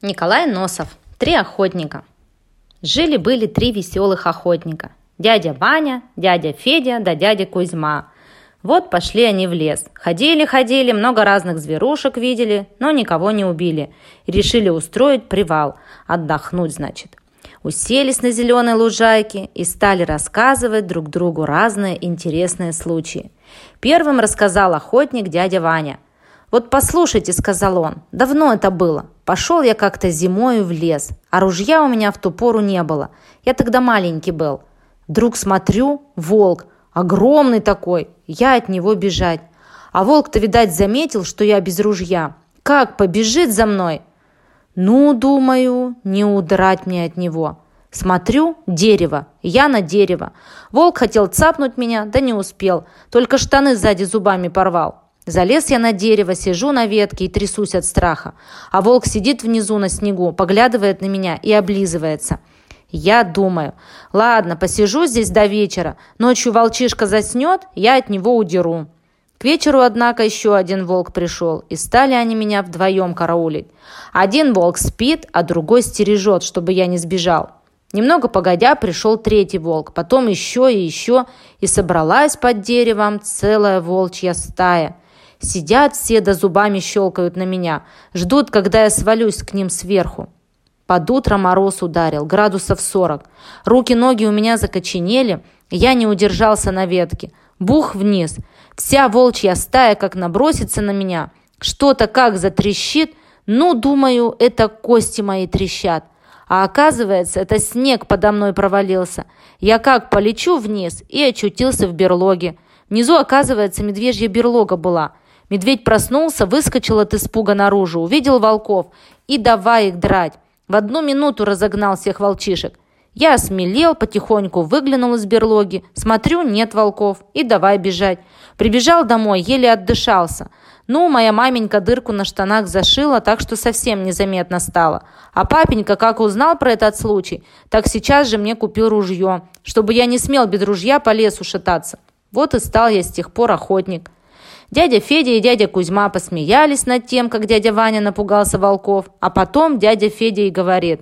Николай Носов. 3 охотника. Жили-были 3 веселых охотника. Дядя Ваня, дядя Федя да дядя Кузьма. Вот пошли они в лес. Ходили, много разных зверушек видели, но никого не убили. И решили устроить привал. Отдохнуть, значит. Уселись на зеленой лужайке и стали рассказывать друг другу разные интересные случаи. Первым рассказал охотник дядя Ваня. «Вот послушайте», — сказал он, — «давно это было. Пошел я как-то зимою в лес, а ружья у меня в ту пору не было. Я тогда маленький был. Вдруг смотрю, волк, огромный такой, я от него бежать. А волк-то, видать, заметил, что я без ружья. Как побежит за мной? Ну, думаю, не удрать мне от него. Смотрю, дерево, я на дерево. Волк хотел цапнуть меня, да не успел, только штаны сзади зубами порвал. Залез я на дерево, сижу на ветке и трясусь от страха. А волк сидит внизу на снегу, поглядывает на меня и облизывается. Я думаю, ладно, посижу здесь до вечера. Ночью волчишка заснет, я от него удеру. К вечеру, однако, еще один волк пришел, и стали они меня вдвоем караулить. Один волк спит, а другой стережет, чтобы я не сбежал. Немного погодя пришел 3-й волк, потом еще, и собралась под деревом целая волчья стая. Сидят все, да зубами щелкают на меня, ждут, когда я свалюсь к ним сверху. Под утро мороз ударил, градусов 40. Руки-ноги у меня закоченели, я не удержался на ветке. Бух вниз. Вся волчья стая как набросится на меня. Что-то как затрещит, ну, думаю, это кости мои трещат. А оказывается, это снег подо мной провалился. Я как полечу вниз и очутился в берлоге. Внизу, оказывается, медвежья берлога была. Медведь проснулся, выскочил от испуга наружу, увидел волков и давай их драть. В 1 минуту разогнал всех волчишек. Я осмелел, потихоньку выглянул из берлоги, смотрю, нет волков, и давай бежать. Прибежал домой, еле отдышался. Ну, моя маменька дырку на штанах зашила, так что совсем незаметно стало. А папенька, как узнал про этот случай, так сейчас же мне купил ружье, чтобы я не смел без ружья по лесу шататься. Вот и стал я с тех пор охотник. Дядя Федя и дядя Кузьма посмеялись над тем, как дядя Ваня напугался волков, а потом дядя Федя и говорит: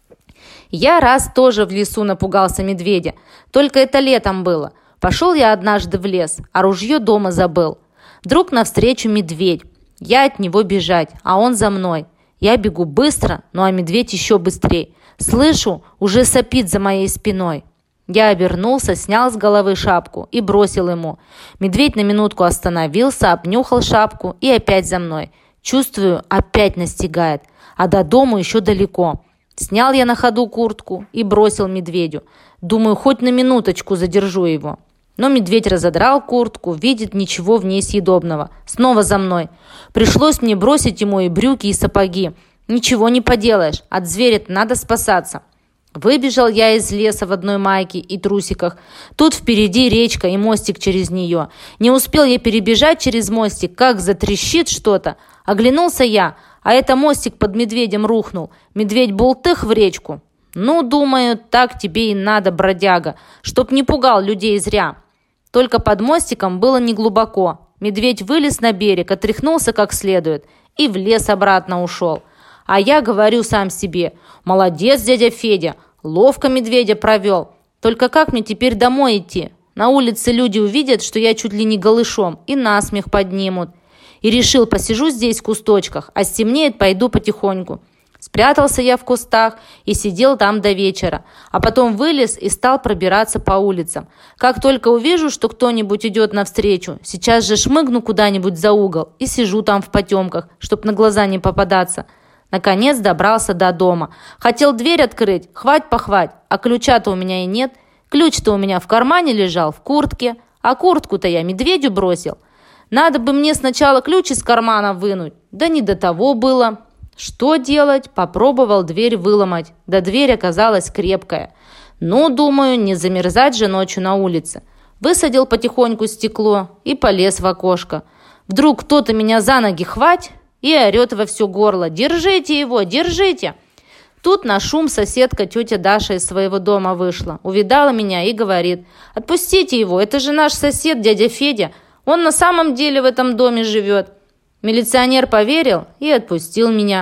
«Я раз тоже в лесу напугался медведя, только это летом было. Пошел я однажды в лес, а ружье дома забыл. Вдруг навстречу медведь. Я от него бежать, а он за мной. Я бегу быстро, ну а медведь еще быстрее. Слышу, уже сопит за моей спиной. Я обернулся, снял с головы шапку и бросил ему. Медведь на минутку остановился, обнюхал шапку и опять за мной. Чувствую, опять настигает, а до дому еще далеко. Снял я на ходу куртку и бросил медведю. Думаю, хоть на минуточку задержу его. Но медведь разодрал куртку, видит, ничего в ней съедобного. Снова за мной. Пришлось мне бросить ему и брюки, и сапоги. Ничего не поделаешь, от зверя-то надо спасаться. Выбежал я из леса в одной майке и трусиках. Тут впереди речка и мостик через нее. Не успел я перебежать через мостик, как затрещит что-то. Оглянулся я, а это мостик под медведем рухнул. Медведь бултых в речку. Ну, думаю, так тебе и надо, бродяга, чтоб не пугал людей зря. Только под мостиком было неглубоко. Медведь вылез на берег, отряхнулся как следует и в лес обратно ушел. А я говорю сам себе: молодец, дядя Федя, ловко медведя провел. Только как мне теперь домой идти? На улице люди увидят, что я чуть ли не голышом, и насмех поднимут. И решил, посижу здесь в кусточках, а стемнеет, пойду потихоньку. Спрятался я в кустах и сидел там до вечера, а потом вылез и стал пробираться по улицам. Как только увижу, что кто-нибудь идет навстречу, сейчас же шмыгну куда-нибудь за угол и сижу там в потемках, чтоб на глаза не попадаться. Наконец добрался до дома. Хотел дверь открыть, хвать-похвать, а ключа-то у меня и нет. Ключ-то у меня в кармане лежал, в куртке, а куртку-то я медведю бросил. Надо бы мне сначала ключ из кармана вынуть, да не до того было. Что делать? Попробовал дверь выломать, да дверь оказалась крепкая. Ну, думаю, не замерзать же ночью на улице. Высадил потихоньку стекло и полез в окошко. Вдруг кто-то меня за ноги хвать и орет во все горло: «Держите его, держите!» Тут на шум соседка тетя Даша из своего дома вышла, увидала меня и говорит: «Отпустите его, это же наш сосед дядя Федя, он на самом деле в этом доме живет». Милиционер поверил и отпустил меня.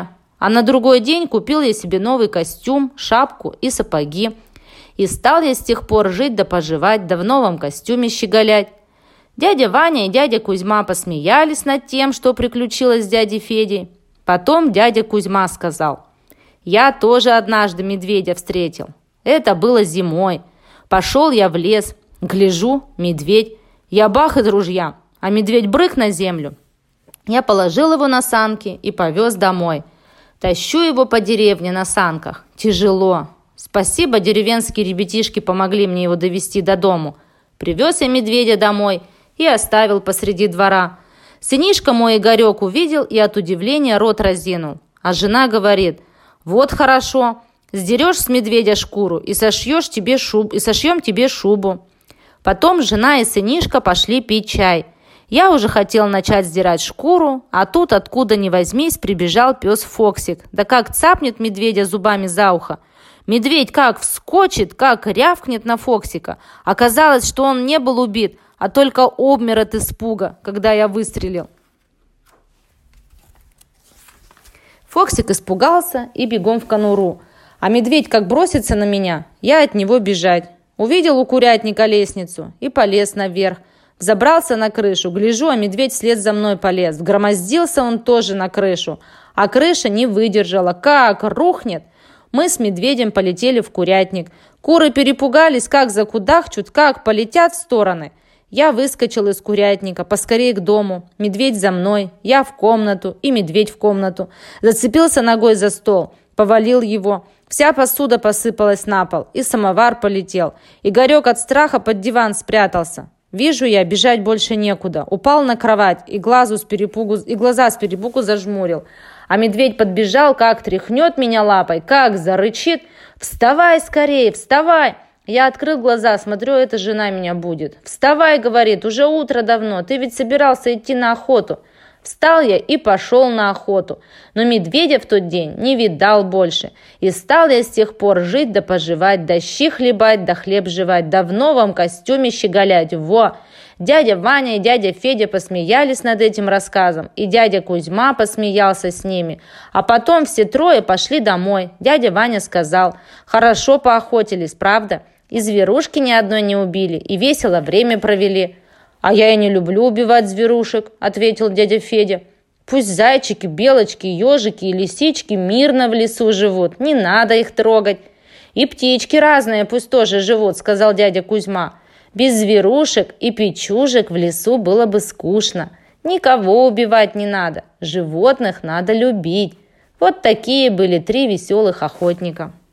А на другой день купил я себе новый костюм, шапку и сапоги. И стал я с тех пор жить да поживать, да в новом костюме щеголять. Дядя Ваня и дядя Кузьма посмеялись над тем, что приключилось с дядей Федей. Потом дядя Кузьма сказал: «Я тоже однажды медведя встретил. Это было зимой. Пошел я в лес, гляжу, медведь. Я бах из ружья, а медведь брык на землю. Я положил его на санки и повез домой. Тащу его по деревне на санках. Тяжело. Спасибо, деревенские ребятишки помогли мне его довести до дому. Привез я медведя домой и оставил посреди двора. Сынишка мой Игорек увидел и от удивления рот разинул. А жена говорит: вот хорошо, сдерешь с медведя шкуру и сошьем тебе шубу. Потом жена и сынишка пошли пить чай. Я уже хотел начать сдирать шкуру, а тут откуда ни возьмись прибежал пес Фоксик. Да как цапнет медведя зубами за ухо. Медведь как вскочит, как рявкнет на Фоксика. Оказалось, что он не был убит, а только обмер от испуга, когда я выстрелил. Фоксик испугался и бегом в конуру. А медведь как бросится на меня, я от него бежать. Увидел у курятника лестницу и полез наверх. Взобрался на крышу, гляжу, а медведь вслед за мной полез. Вгромоздился он тоже на крышу, а крыша не выдержала. Как рухнет! Мы с медведем полетели в курятник. Куры перепугались, как закудахчут, как полетят в стороны. Я выскочил из курятника, поскорее к дому. Медведь за мной, я в комнату и медведь в комнату. Зацепился ногой за стол, повалил его. Вся посуда посыпалась на пол, и самовар полетел. Игорек от страха под диван спрятался. Вижу я, бежать больше некуда. Упал на кровать и глаза с перепугу зажмурил. А медведь подбежал, как тряхнет меня лапой, как зарычит: «Вставай скорее, вставай!» Я открыл глаза, смотрю, эта жена меня будет. «Вставай, — говорит, — уже утро давно, ты ведь собирался идти на охоту». Встал я и пошел на охоту, но медведя в тот день не видал больше. И стал я с тех пор жить да поживать, да щи хлебать, да хлеб жевать, да в новом костюме щеголять. Во! Дядя Ваня и дядя Федя посмеялись над этим рассказом, и дядя Кузьма посмеялся с ними. А потом все трое пошли домой. Дядя Ваня сказал: «Хорошо поохотились, правда? И зверушки ни одной не убили, и весело время провели». «А я и не люблю убивать зверушек», — ответил дядя Федя. «Пусть зайчики, белочки, ежики и лисички мирно в лесу живут, не надо их трогать». «И птички разные пусть тоже живут», — сказал дядя Кузьма. «Без зверушек и печужек в лесу было бы скучно. Никого убивать не надо, животных надо любить». Вот такие были 3 веселых охотника.